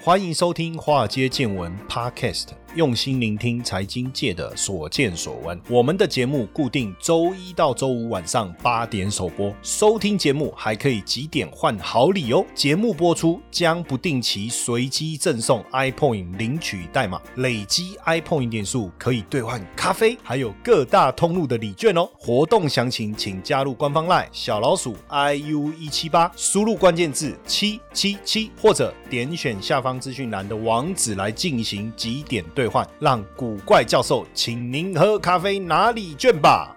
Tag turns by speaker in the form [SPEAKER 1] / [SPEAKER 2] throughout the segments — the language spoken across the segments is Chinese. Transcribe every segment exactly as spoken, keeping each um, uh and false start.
[SPEAKER 1] 欢迎收听华尔街见闻 Podcast， 用心聆听财经界的所见所闻。我们的节目固定周一到周五晚上八点首播，收听节目还可以集点换好礼哦。节目播出将不定期随机赠送 iPoint 领取代码，累积 iPoint 点数可以兑换咖啡，还有各大通路的礼券哦。活动详情请加入官方 LINE 小老鼠 I U 一七八， 输入关键字七七七，或者点选下方资讯栏的网址来进行集点兑换，让古怪教授请您喝咖啡拿礼券吧。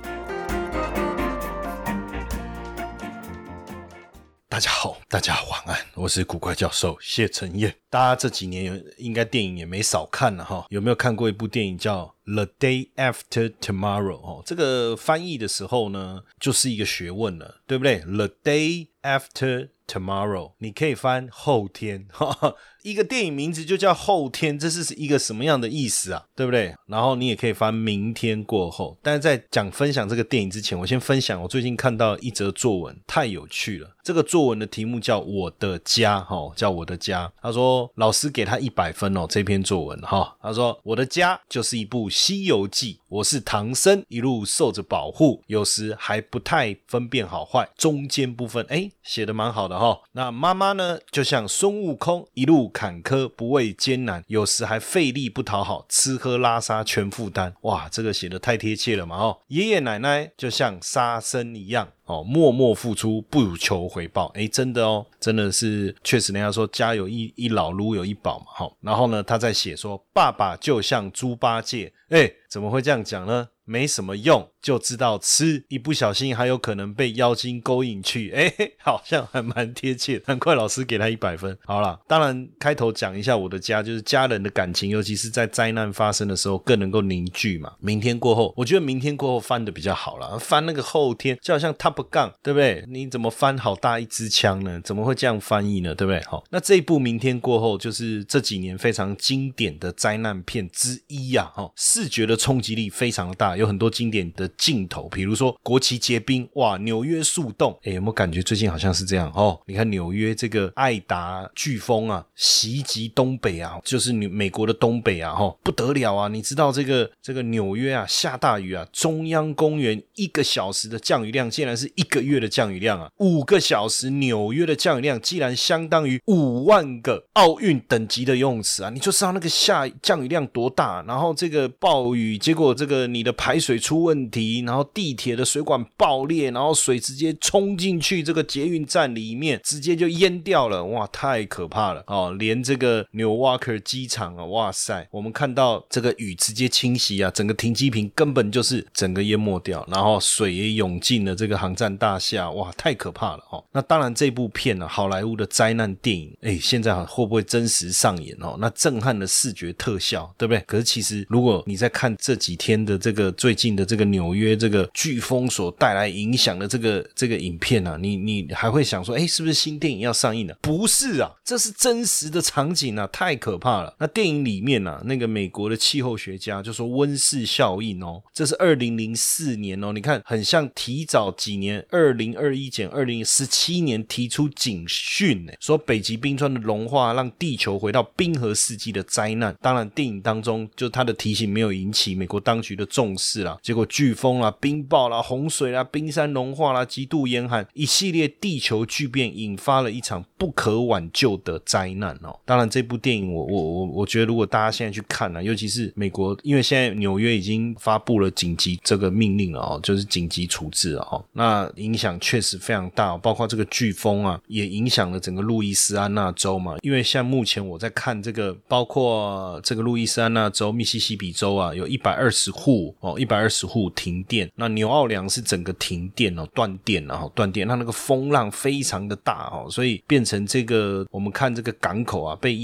[SPEAKER 1] 大家好，大家晚安，我是古怪教授谢承彦。大家这几年应该电影也没少看了哈，有没有看过一部电影叫 The Day After Tomorrow？ 这个翻译的时候呢，就是一个学问了，对不对？ The Day After Tomorrow 你可以翻后天，一个电影名字就叫后天，这是一个什么样的意思啊？对不对？然后你也可以翻明天过后。但是在讲分享这个电影之前，我先分享我最近看到一则作文，太有趣了。这个作文的题目叫我的家，叫我的家。他说老师给他一百分哦，这篇作文。他说我的家就是一部西游记，我是唐僧，一路受着保护，有时还不太分辨好坏，中间不分，诶写得蛮好的齁。那妈妈呢，就像孙悟空，一路坎坷不畏艰难，有时还费力不讨好，吃喝拉撒全负担。哇，这个写得太贴切了嘛齁。爷爷奶奶就像沙僧一样哦，默默付出不求回报。诶真的哦，真的是确实人家说家有一一老如有一宝嘛齁。然后呢他在写说爸爸就像猪八戒，诶怎么会这样讲呢？没什么用，就知道吃，一不小心还有可能被妖精勾引去。诶好像还蛮贴切，难怪老师给他一百分。好啦，当然开头讲一下我的家，就是家人的感情，尤其是在灾难发生的时候更能够凝聚嘛。明天过后，我觉得明天过后翻的比较好啦，翻那个后天就好像 Top Gun， 对不对？你怎么翻好大一支枪呢？怎么会这样翻译呢？对不对？好，那这一部明天过后就是这几年非常经典的灾难片之一啊，视觉的冲击力非常的大，有很多经典的镜头，比如说国旗结冰，哇，纽约速冻，诶有没有感觉最近好像是这样哦？你看纽约这个艾达飓风啊，袭击东北啊，就是美国的东北啊，哦，不得了啊！你知道这个这个纽约啊下大雨啊，中央公园一个小时的降雨量竟然是一个月的降雨量啊，五个小时纽约的降雨量竟然相当于五万个奥运等级的游泳池啊！你就知道那个下降雨量多大，然后这个暴雨，结果这个你的排水出问题，然后地铁的水管爆裂，然后水直接冲进去这个捷运站里面，直接就淹掉了。哇，太可怕了哦！连这个纽瓦克机场啊，哇塞，我们看到这个雨直接侵袭啊，整个停机坪根本就是整个淹没掉，然后水也涌进了这个航站大厦，哇，太可怕了哦！那当然这部片啊，好莱坞的灾难电影，诶现在会不会真实上演哦？那震撼的视觉特效，对不对？可是其实如果你在看这几天的这个最近的这个纽约这个飓风所带来影响的这个这个影片啊，你你还会想说，诶是不是新电影要上映了？不是啊，这是真实的场景啊，太可怕了。那电影里面啊，那个美国的气候学家就说温室效应哦，这是二零零四年哦，你看很像提早几年，二零二一减二零一七年提出警讯，说北极冰川的融化让地球回到冰河世纪的灾难。当然电影当中就他的提醒没有引起美国当局的重视啦，结果飓风啦、冰雹啦、洪水啦、冰山融化啦、极度严寒，一系列地球巨变引发了一场不可挽救的灾难哦。当然这部电影我我我我觉得如果大家现在去看啊，尤其是美国，因为现在纽约已经发布了紧急这个命令了哦，就是紧急处置了哦，那影响确实非常大哦，包括这个飓风啊也影响了整个路易斯安那州嘛，因为像目前我在看这个包括这个路易斯安那州、密西西比州啊，有一百二十户哦，一百二十户停电。那纽奥良是整个停电哦，断电了哦，断电，那那个风浪非常的大哦，所以变成这个我们看这个港口啊被淹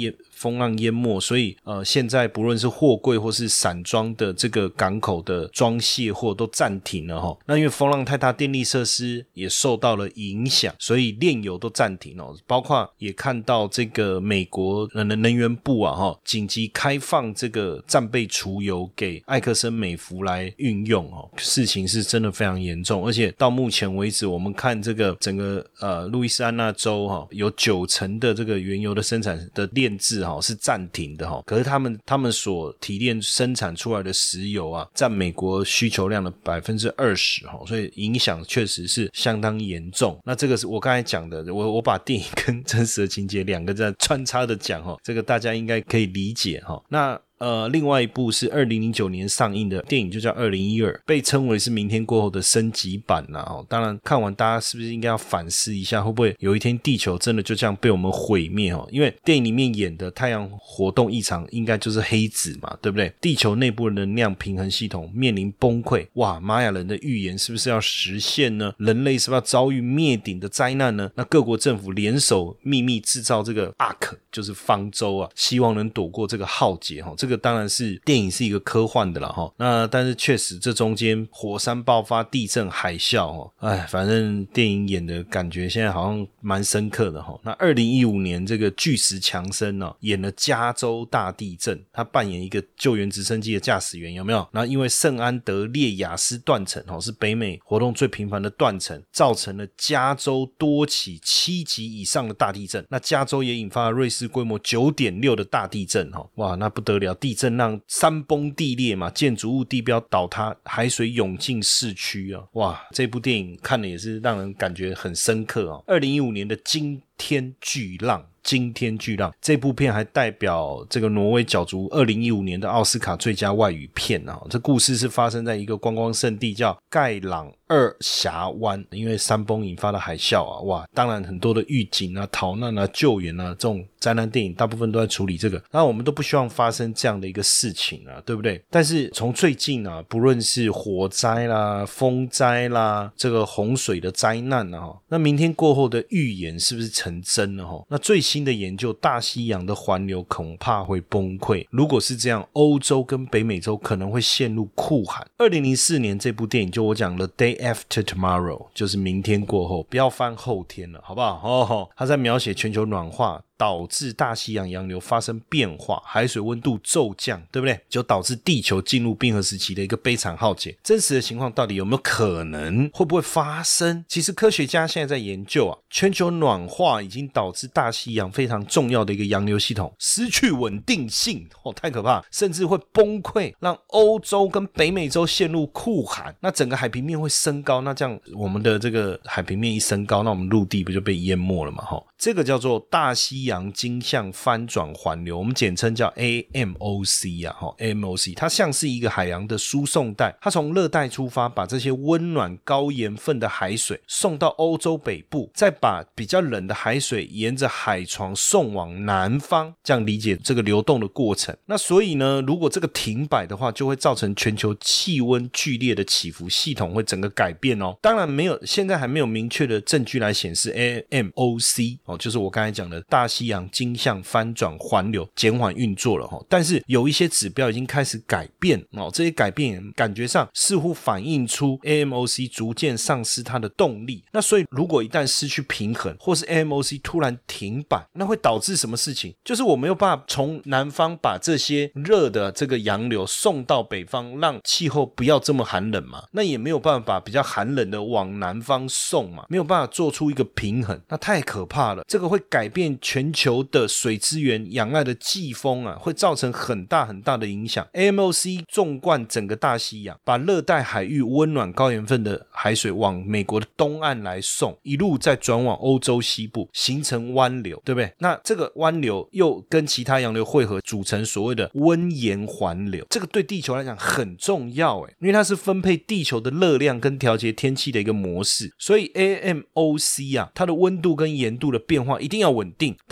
[SPEAKER 1] 风浪淹没，所以呃，现在不论是货柜或是散装的这个港口的装卸货都暂停了齁。那因为风浪太大，电力设施也受到了影响，所以炼油都暂停了，包括也看到这个美国能源部啊齁，紧急开放这个战备储油给艾克森美孚来运用齁，事情是真的非常严重，而且到目前为止我们看这个整个呃路易斯安那州齁，有九成的这个原油的生产的炼制齁是暂停的齁，可是他们他们所提炼生产出来的石油啊，占美国需求量的 百分之二十 齁，所以影响确实是相当严重。那这个是我刚才讲的，我我把电影跟真实的情节两个在穿插的讲齁，这个大家应该可以理解齁。那呃，另外一部是二零零九年上映的电影，就叫二零一二，被称为是明天过后的升级版啦、哦、当然看完大家是不是应该要反思一下，会不会有一天地球真的就这样被我们毁灭哦？因为电影里面演的太阳活动异常应该就是黑子嘛，对不对？地球内部的能量平衡系统面临崩溃，哇，玛雅人的预言是不是要实现呢？人类是不是要遭遇灭顶的灾难呢？那各国政府联手秘密制造这个 Ark， 就是方舟啊，希望能躲过这个浩劫哦。这个当然是电影是一个科幻的啦齁，那但是确实这中间火山爆发、地震、海啸齁，哎，反正电影演的感觉现在好像蛮深刻的齁。那二零一五年这个巨石强森哦演了加州大地震，他扮演一个救援直升机的驾驶员，有没有？然后因为圣安德烈亚斯断层齁，是北美活动最频繁的断层，造成了加州多起七级以上的大地震。那加州也引发了瑞士规模 九点六 的大地震齁，哇，那不得了，地震让山崩地裂嘛，建筑物地标倒塌，海水涌进市区啊！哇，这部电影看了也是让人感觉很深刻哦。二零一五年的惊天巨浪。惊天巨浪这部片还代表这个挪威角逐二零一五年的奥斯卡最佳外语片啊！这故事是发生在一个观光胜地叫盖朗二峡湾，因为山崩引发的海啸啊，哇！当然很多的预警啊、逃难啊、救援啊，这种灾难电影大部分都在处理这个，那我们都不希望发生这样的一个事情啊，对不对？但是从最近啊，不论是火灾啦、风灾啦、这个洪水的灾难啊，那明天过后的预言是不是成真了？那最新的研究，大西洋的环流恐怕会崩溃，如果是这样，欧洲跟北美洲可能会陷入酷寒。二零零四年这部电影就我讲了 Day After Tomorrow， 就是明天过后，不要翻后天了，好不好？哦，他在描写全球暖化导致大西洋洋流发生变化，海水温度骤降，对不对？就导致地球进入冰河时期的一个悲惨浩劫。真实的情况到底有没有可能？会不会发生？其实科学家现在在研究啊，全球暖化已经导致大西洋非常重要的一个洋流系统失去稳定性，哦，太可怕，甚至会崩溃，让欧洲跟北美洲陷入酷寒。那整个海平面会升高，那这样我们的这个海平面一升高，那我们陆地不就被淹没了嘛？齁，这个叫做大西洋经向翻转环流，我们简称叫 A M O C 啊 ，A M O C， 它像是一个海洋的输送带，它从热带出发，把这些温暖高盐分的海水送到欧洲北部，再把比较冷的海水沿着海床送往南方，这样理解这个流动的过程。那所以呢，如果这个停摆的话，就会造成全球气温剧烈的起伏，系统会整个改变哦。当然没有，现在还没有明确的证据来显示 A M O C 哦，就是我刚才讲的大西洋经向翻转环流减缓运作了，但是有一些指标已经开始改变，这些改变感觉上似乎反映出 A M O C 逐渐丧失它的动力。那所以如果一旦失去平衡，或是 A M O C 突然停摆，那会导致什么事情？就是我没有办法从南方把这些热的这个洋流送到北方，让气候不要这么寒冷嘛，那也没有办法把比较寒冷的往南方送嘛，没有办法做出一个平衡，那太可怕了。这个会改变全球的水资源仰赖的季风啊，会造成很大很大的影响。 A M O C 纵贯整个大西洋，把热带海域温暖高盐分的海水往美国的东岸来送，一路再转往欧洲西部，形成湾流，对不对？那这个湾流又跟其他洋流汇合，组成所谓的温盐环流，这个对地球来讲很重要耶，因为它是分配地球的热量跟调节天气的一个模式。所以 A M O C 啊，它的温度跟盐度的变化一定要稳定，它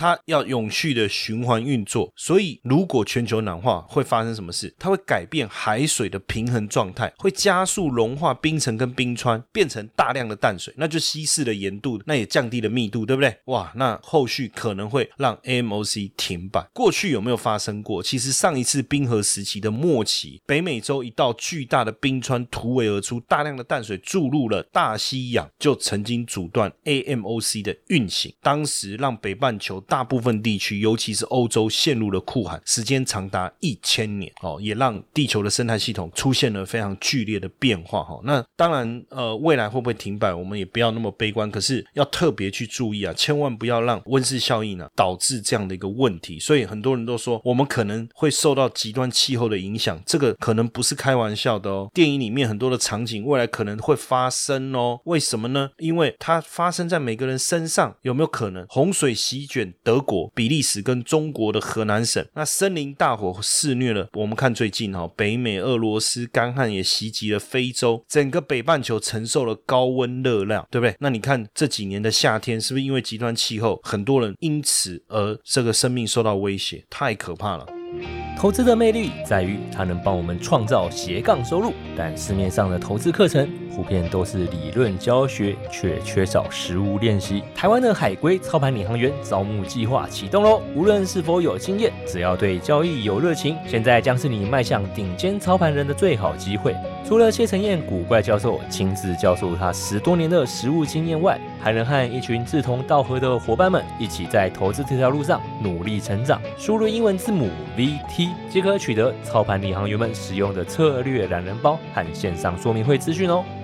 [SPEAKER 1] 它要永续的循环运作，所以如果全球暖化会发生什么事？它会改变海水的平衡状态，会加速融化冰层跟冰川，变成大量的淡水，那就稀释了盐度，那也降低了密度，对不对？哇，那后续可能会让 A M O C 停摆。过去有没有发生过？其实上一次冰河时期的末期，北美洲一道巨大的冰川突围而出，大量的淡水注入了大西洋，就曾经阻断 A M O C 的运行，当时让北半球大部分地区，尤其是欧洲陷入了酷寒，时间长达一千年、哦、也让地球的生态系统出现了非常剧烈的变化、哦、那当然呃，未来会不会停摆我们也不要那么悲观，可是要特别去注意啊，千万不要让温室效应啊导致这样的一个问题。所以很多人都说我们可能会受到极端气候的影响，这个可能不是开玩笑的哦。电影里面很多的场景未来可能会发生哦。为什么呢？因为它发生在每个人身上，有没有可能洪水席卷德国、比利时跟中国的河南省，那森林大火肆虐了，我们看最近、哦、北美、俄罗斯，干旱也袭击了非洲，整个北半球承受了高温热量，对不对？那你看这几年的夏天是不是因为极端气候，很多人因此而这个生命受到威胁，太可怕了。
[SPEAKER 2] 投资的魅力在于它能帮我们创造斜杠收入，但市面上的投资课程普遍都是理论教学，却缺少实务练习。台湾的海龟操盘领航员招募计划启动咯，无论是否有经验，只要对交易有热情，现在将是你迈向顶尖操盘人的最好机会。除了谢承彦古怪教授亲自教授他十多年的实务经验外，还能和一群志同道合的伙伴们一起在投资这条路上努力成长。输入英文字母 V T 即可取得操盘领航员们使用的策略懒人包和线上说明会资讯哦。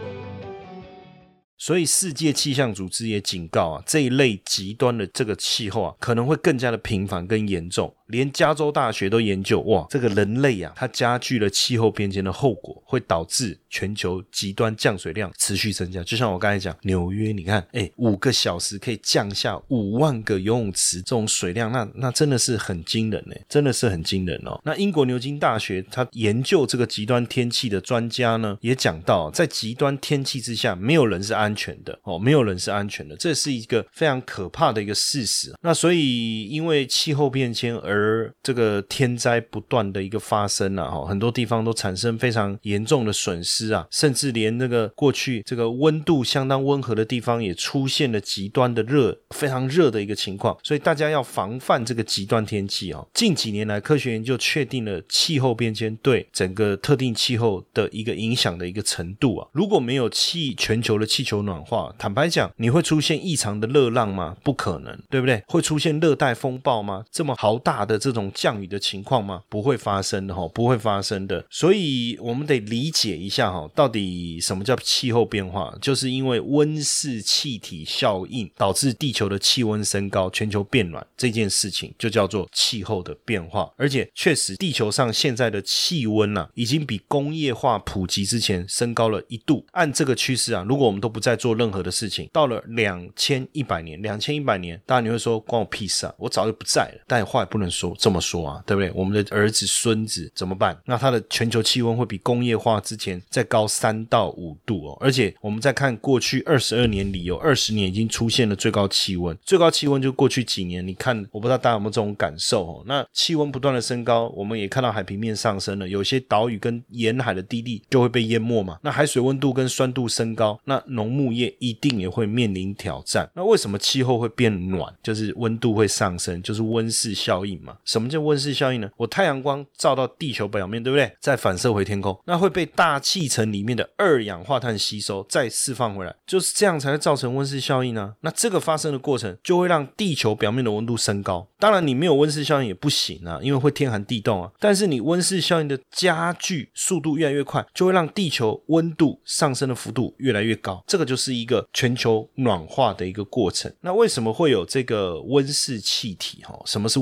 [SPEAKER 1] 所以世界气象组织也警告啊，这一类极端的这个气候啊，可能会更加的频繁跟严重。连加州大学都研究，哇，这个人类啊，它加剧了气候变迁的后果，会导致全球极端降水量持续增加。就像我刚才讲，纽约你看，哎，五个小时可以降下五万个游泳池这种水量，那那真的是很惊人耶，真的是很惊人哦。那英国牛津大学他研究这个极端天气的专家呢，也讲到，在极端天气之下，没有人是安全的哦，没有人是安全的，这是一个非常可怕的一个事实。那所以因为气候变迁而而这个天灾不断的一个发生啊，很多地方都产生非常严重的损失啊，甚至连那个过去这个温度相当温和的地方也出现了极端的热，非常热的一个情况，所以大家要防范这个极端天气啊。近几年来科学研究确定了气候变迁对整个特定气候的一个影响的一个程度啊。如果没有气全球的气球暖化，坦白讲，你会出现异常的热浪吗？不可能，对不对？会出现热带风暴吗？这么豪大的这种降雨的情况吗？不会发生的，不会发生的。所以我们得理解一下到底什么叫气候变化，就是因为温室气体效应导致地球的气温升高，全球变暖，这件事情就叫做气候的变化。而且确实地球上现在的气温啊，已经比工业化普及之前升高了一度。按这个趋势啊，如果我们都不再做任何的事情，到了两千一百年两千一百年，当然你会说关我屁事啊，我早就不在了。但话也不能说这么说啊，对不对？我们的儿子孙子怎么办？那他的全球气温会比工业化之前再高三到五度哦。而且我们再看过去二十二年里，有二十年已经出现了最高气温，最高气温就过去几年，你看我不知道大家有没有这种感受哦。那气温不断的升高，我们也看到海平面上升了，有些岛屿跟沿海的低地就会被淹没嘛。那海水温度跟酸度升高，那农牧业一定也会面临挑战。那为什么气候会变暖？就是温度会上升，就是温室效应嘛。什么叫温室效应呢？我太阳光照到地球表面，对不对？再反射回天空，那会被大气层里面的二氧化碳吸收，再释放回来，就是这样才会造成温室效应啊。那这个发生的过程就会让地球表面的温度升高。当然你没有温室效应也不行啊，因为会天寒地冻啊。但是你温室效应的加剧速度越来越快，就会让地球温度上升的幅度越来越高，这个就是一个全球暖化的一个过程。那为什么会有这个温室气体？什么是温室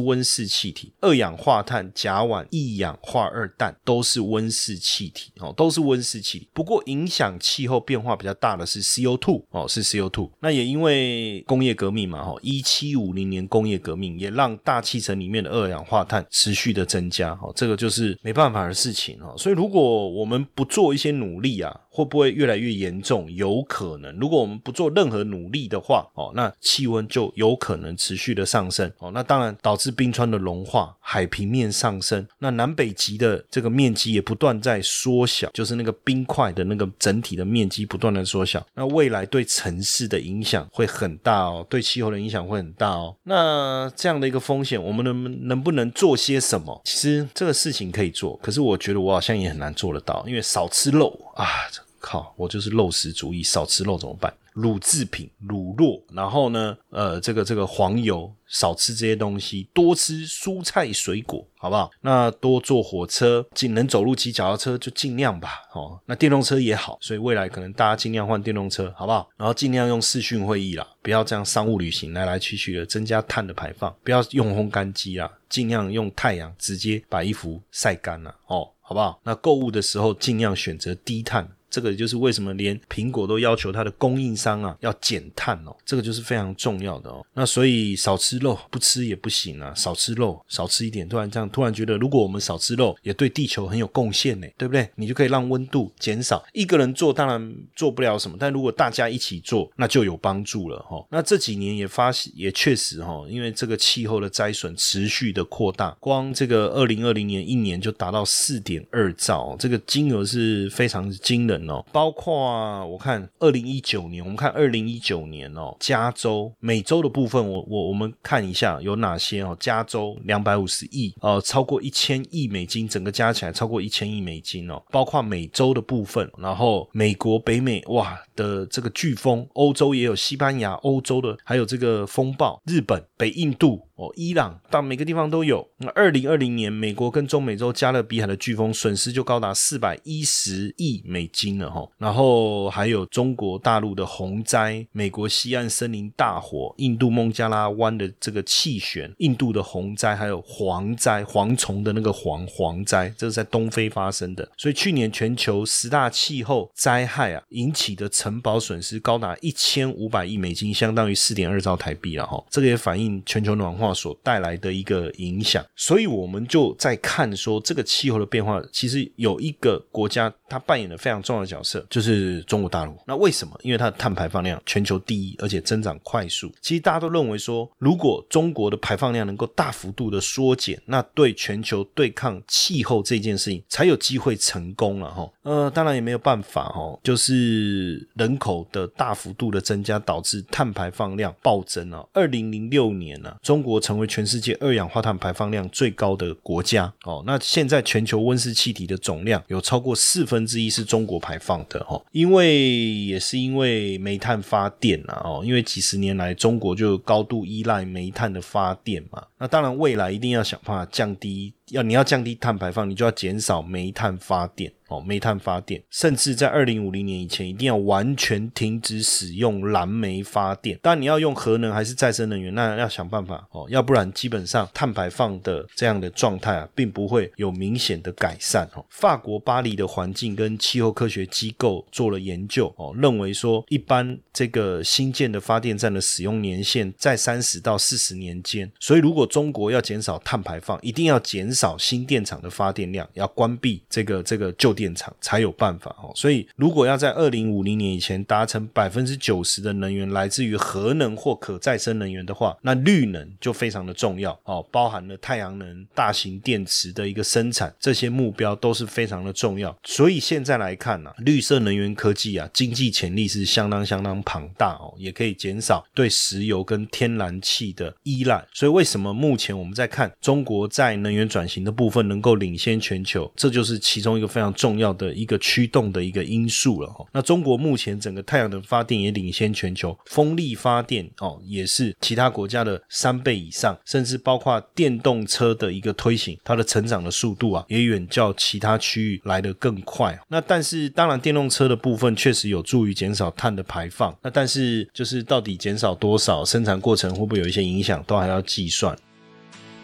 [SPEAKER 1] 气体，二氧化碳、甲烷、一氧化二氮都是温室气体、哦、都是温室气体。不过影响气候变化比较大的是 C O 二、哦、是 C O 二。 那也因为工业革命嘛、哦、一七五零年工业革命也让大气层里面的二氧化碳持续的增加、哦、这个就是没办法的事情、哦、所以如果我们不做一些努力啊，会不会越来越严重？有可能。如果我们不做任何努力的话、哦、那气温就有可能持续的上升、哦、那当然导致冰川的融化，海平面上升，那南北极的这个面积也不断在缩小，就是那个冰块的那个整体的面积不断的缩小，那未来对城市的影响会很大哦，对气候的影响会很大哦。那这样的一个风险，我们能能不能做些什么？其实这个事情可以做，可是我觉得我好像也很难做得到，因为少吃肉啊，靠，我就是肉食主义，少吃肉怎么办？乳制品、乳酪，然后呢，呃，这个这个黄油，少吃这些东西，多吃蔬菜水果，好不好？那多坐火车，尽能走路骑脚踏车就尽量吧，哦，那电动车也好，所以未来可能大家尽量换电动车，好不好？然后尽量用视讯会议啦，不要这样商务旅行来来去去的，增加碳的排放，不要用烘干机啦，尽量用太阳直接把衣服晒干啦，哦，好不好？那购物的时候尽量选择低碳。这个就是为什么连苹果都要求它的供应商啊要减碳哦，这个就是非常重要的哦。那所以少吃肉，不吃也不行啊，少吃肉，少吃一点。突然这样，突然觉得如果我们少吃肉，也对地球很有贡献呢，对不对？你就可以让温度减少。一个人做当然做不了什么，但如果大家一起做，那就有帮助了哦。那这几年也发也确实哦，因为这个气候的灾损持续的扩大，光这个二零二零年一年就达到 四点二兆、哦、这个金额是非常惊人。包括、啊、我看二零一九年，我们看二零一九年哦，加州美洲的部分我我我们看一下有哪些哦，加州两百五十亿呃超过一千亿美金，整个加起来超过一千亿美金哦，包括美洲的部分，然后美国北美哇的这个飓风，欧洲也有西班牙，欧洲的还有这个风暴，日本、北印度哦，伊朗，到每个地方都有。那二零二零年美国跟中美洲加勒比海的飓风损失就高达四百一十亿美金了齁。然后还有中国大陆的洪灾，美国西岸森林大火，印度孟加拉湾的这个气旋，印度的洪灾，还有蝗灾，蝗虫的那个蝗蝗灾，这是在东非发生的。所以去年全球十大气候灾害啊引起的承保损失高达一千五百亿美金，相当于 四点二兆台币了齁。这个也反映全球暖化所带来的一个影响。所以我们就在看说这个气候的变化，其实有一个国家它扮演了非常重要的角色，就是中国大陆。那为什么？因为它的碳排放量全球第一，而且增长快速。其实大家都认为说，如果中国的排放量能够大幅度的缩减，那对全球对抗气候这件事情才有机会成功了齁。呃，当然也没有办法齁，就是人口的大幅度的增加导致碳排放量暴增啊。二零零六年啊，中国成为全世界二氧化碳排放量最高的国家哦。那现在全球温室气体的总量有超过四分之一是中国排放的哦。因为也是因为煤炭发电啊哦，因为几十年来中国就高度依赖煤炭的发电嘛。那当然未来一定要想办法降低，要你要降低碳排放，你就要减少煤炭发电哦，煤炭发电，甚至在二零五零年以前一定要完全停止使用燃煤发电。当然你要用核能还是再生能源，那要想办法哦，要不然基本上碳排放的这样的状态啊，并不会有明显的改善哦。法国巴黎的环境跟气候科学机构做了研究哦，认为说一般这个新建的发电站的使用年限在三十到四十年间，所以如果中国要减少碳排放，一定要减少新电厂的发电量，要关闭这个这个旧电厂才有办法哦。所以如果要在二零五零年以前达成 百分之九十 的能源来自于核能或可再生能源的话，那绿能就非常的重要哦，包含了太阳能、大型电池的一个生产，这些目标都是非常的重要。所以现在来看啊，绿色能源科技啊，经济潜力是相当相当庞大哦，也可以减少对石油跟天然气的依赖。所以为什么目前我们在看中国在能源转型的部分能够领先全球，这就是其中一个非常重要的一个驱动的一个因素了、哦、那中国目前整个太阳能发电也领先全球，风力发电、哦、也是其他国家的三倍以上，甚至包括电动车的一个推行，它的成长的速度啊也远较其他区域来得更快。那但是当然电动车的部分确实有助于减少碳的排放，那但是就是到底减少多少，生产过程会不会有一些影响，都还要计算。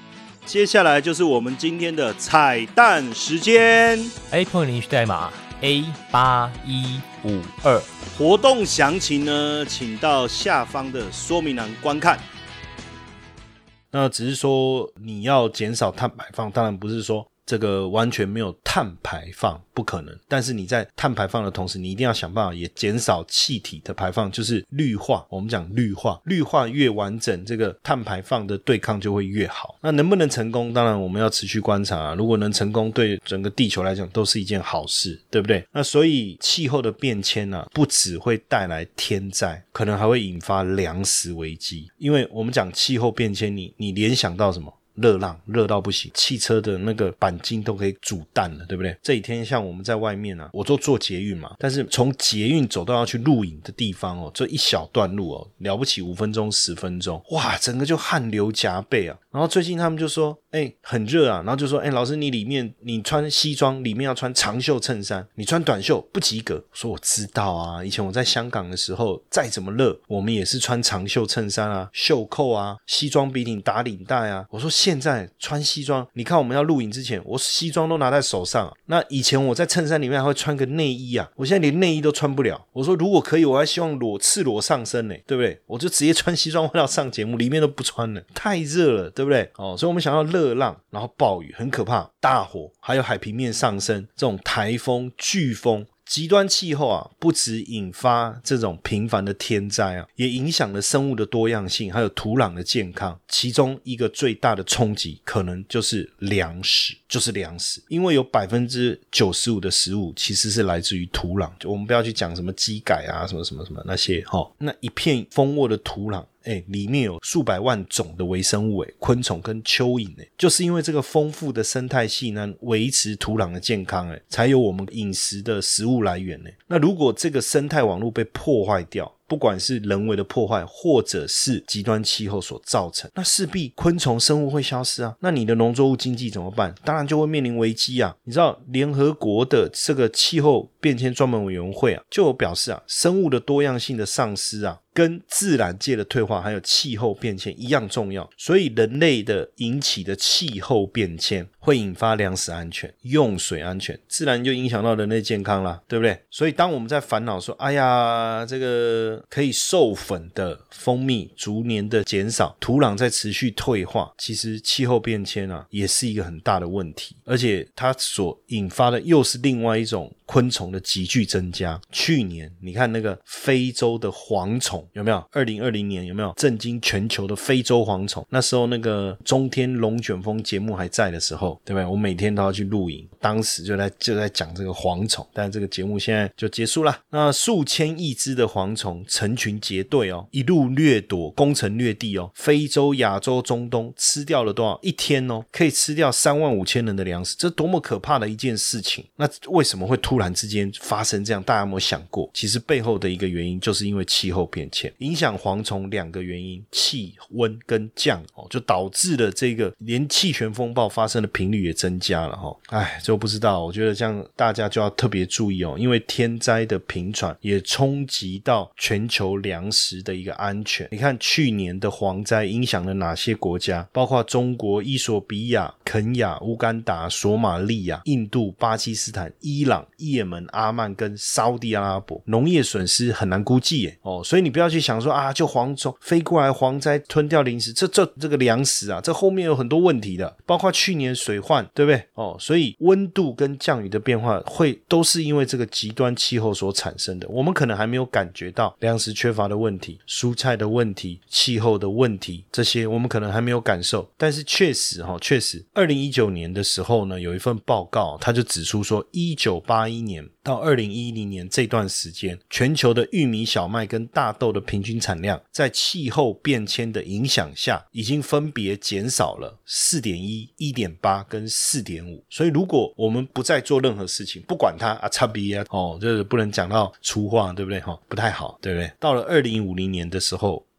[SPEAKER 1] 接下来就是我们今天的彩蛋时间。
[SPEAKER 2] Apple 领取代码 A 八一五二，
[SPEAKER 1] 活动详情呢，请到下方的说明栏观看。那只是说你要减少碳排放，当然不是说这个完全没有碳排放，不可能。但是你在碳排放的同时，你一定要想办法也减少气体的排放，就是绿化。我们讲绿化，绿化越完整，这个碳排放的对抗就会越好。那能不能成功，当然我们要持续观察啊。如果能成功，对整个地球来讲都是一件好事，对不对？那所以气候的变迁啊，不只会带来天灾，可能还会引发粮食危机。因为我们讲气候变迁，你你联想到什么？热浪，热到不行，汽车的那个钣金都可以煮蛋了，对不对？这几天像我们在外面啊，我都坐捷运嘛，但是从捷运走到要去露营的地方哦，这一小段路哦，了不起五分钟十分钟，哇，整个就汗流浃背啊。然后最近他们就说哎、欸，很热啊，然后就说哎、欸，老师你里面你穿西装里面要穿长袖衬衫，你穿短袖不及格。我说我知道啊，以前我在香港的时候再怎么热我们也是穿长袖衬衫啊，袖扣啊，西装笔挺打领带啊。我说现在穿西装，你看我们要录影之前我西装都拿在手上、啊、那以前我在衬衫里面还会穿个内衣啊，我现在连内衣都穿不了。我说如果可以我还希望裸赤裸上身呢，对不对？我就直接穿西装外套上节目，里面都不穿了，太热了，对不对？哦，所以我们想要热浪，然后暴雨很可怕，大火，还有海平面上升，这种台风飓风极端气候啊，不只引发这种频繁的天灾啊，也影响了生物的多样性，还有土壤的健康。其中一个最大的冲击可能就是粮食，就是粮食，因为有 百分之九十五 的食物其实是来自于土壤。就我们不要去讲什么基改啊，什么什么什么那些、哦、那一片丰沃的土壤欸，里面有数百万种的微生物欸，昆虫跟蚯蚓欸，就是因为这个丰富的生态系呢，维持土壤的健康欸，才有我们饮食的食物来源欸。那如果这个生态网络被破坏掉，不管是人为的破坏或者是极端气候所造成，那势必昆虫生物会消失啊，那你的农作物经济怎么办？当然就会面临危机啊。你知道联合国的这个气候变迁专门委员会啊，就有表示啊，生物的多样性的丧失啊，跟自然界的退化还有气候变迁一样重要。所以人类的引起的气候变迁会引发粮食安全、用水安全，自然就影响到人类健康啦，对不对？所以当我们在烦恼说哎呀这个可以授粉的蜂蜜逐年的减少，土壤在持续退化，其实气候变迁啊也是一个很大的问题，而且它所引发的又是另外一种昆虫的急剧增加。去年你看那个非洲的蝗虫有没有？二零二零年有没有震惊全球的非洲蝗虫？那时候那个中天龙卷风节目还在的时候，对不对？我每天都要去录影，当时就在就在讲这个蝗虫，但这个节目现在就结束了。那数千亿只的蝗虫成群结队哦，一路掠夺，攻城略地哦，非洲、亚洲、中东吃掉了多少？一天哦，可以吃掉三万五千人的粮食，这多么可怕的一件事情！那为什么会突然之间发生这样？大家有没有想过？其实背后的一个原因就是因为气候变迁，影响蝗虫两个原因，气温跟降哦，就导致了这个连气旋风暴发生的频率也增加了哈、哦。哎，就不知道，我觉得这样大家就要特别注意哦，因为天灾的频传也冲击到全球粮食的一个安全。你看去年的蝗灾影响了哪些国家？包括中国、伊索比亚、肯亚、乌干达、索马利亚、印度、巴基斯坦、伊朗、也门、阿曼跟沙地阿拉伯，农业损失很难估计耶哦，所以你不要去想说啊，就蝗虫飞过来蝗灾吞掉粮食，这这这个粮食啊，这后面有很多问题的，包括去年水患，对不对？哦，所以温度跟降雨的变化会都是因为这个极端气候所产生的。我们可能还没有感觉到粮食缺乏的问题、蔬菜的问题、气候的问题，这些我们可能还没有感受，但是确实哈、哦，确实二零一九年的时候呢，有一份报告，它就指出说一九八一年到二零一零年这段时间，全球的玉米、小麦跟大豆的平均产量在气候变迁的影响下已经分别减少了 四点一、一点八 跟 四点五。 所以如果我们不再做任何事情，不管它啊差别啊哦，这不能讲到粗话，对不对、哦、不太好，对不对？到了二零五零年的时候，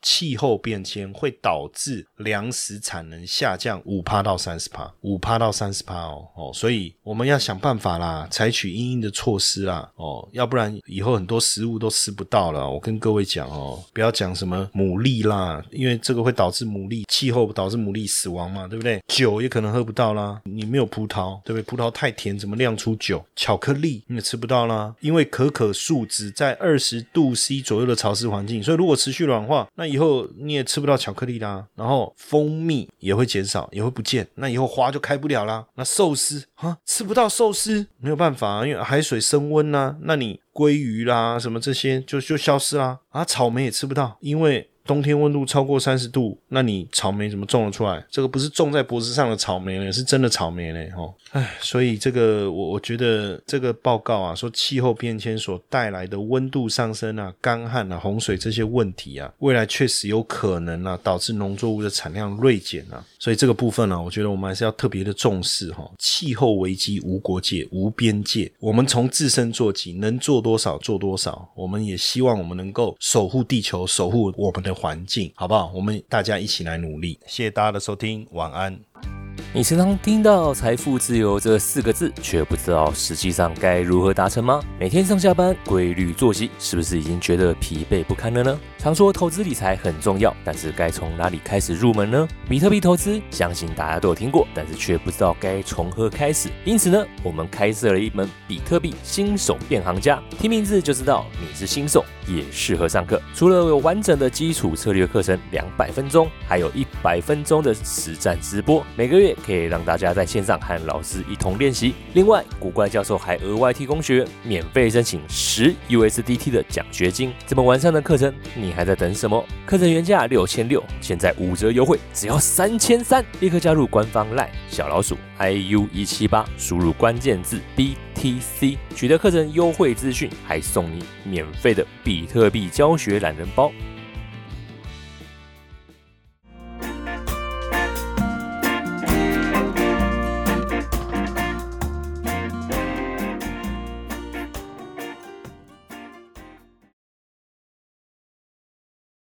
[SPEAKER 1] 气候变迁会导致粮食产能下降 百分之五到百分之三十， 百分之五到百分之三十 哦, 哦所以我们要想办法啦，采取因应的措施啦哦，要不然以后很多食物都吃不到了。我跟各位讲哦，不要讲什么牡蛎啦，因为这个会导致牡蛎气候导致牡蛎死亡嘛，对不对？酒也可能喝不到啦，你没有葡萄，对不对？葡萄太甜，怎么酿出酒？巧克力你也吃不到啦，因为可可树只在二十度 C 左右的潮湿环境，所以如果持续软化，那以后你也吃不到巧克力啦。然后蜂蜜也会减少，也会不见，那以后花就开不了啦。那寿司哈，吃不到寿司没有办法，因为海水升温啦，那你鲑鱼啦什么这些就就消失啦。啊，草莓也吃不到，因为冬天温度超过三十度，那你草莓怎么种得出来？这个不是种在脖子上的草莓呢，是真的草莓呢。哦，唉，所以这个我我觉得这个报告啊，说气候变迁所带来的温度上升啊、干旱啊、洪水这些问题啊，未来确实有可能啊导致农作物的产量锐减啊。所以这个部分呢、啊，我觉得我们还是要特别的重视哈、哦。气候危机无国界、无边界，我们从自身做起，能做多少做多少。我们也希望我们能够守护地球，守护我们的环境，好不好？我们大家一起来努力。谢谢大家的收听，晚安。
[SPEAKER 2] 你时常听到财富自由这四个字，却不知道实际上该如何达成吗？每天上下班规律作息，是不是已经觉得疲惫不堪了呢？常说投资理财很重要，但是该从哪里开始入门呢？比特币投资相信大家都有听过，但是却不知道该从何开始。因此呢，我们开设了一门比特币新手变行家，听名字就知道你是新手，也适合上课。除了有完整的基础策略课程两百分钟，还有一百分钟的实战直播，每个月可以让大家在线上和老师一同练习。另外，古怪教授还额外提供学员免费申请十 U S D T 的奖学金。这么完善的课程，你还在等什么？课程原价六千六百，现在五折优惠，只要三千三，立刻加入官方 LINE 小老鼠 I U 一七八，输入关键字 B T C， 取得课程优惠资讯，还送你免费的比特币教学懒人包。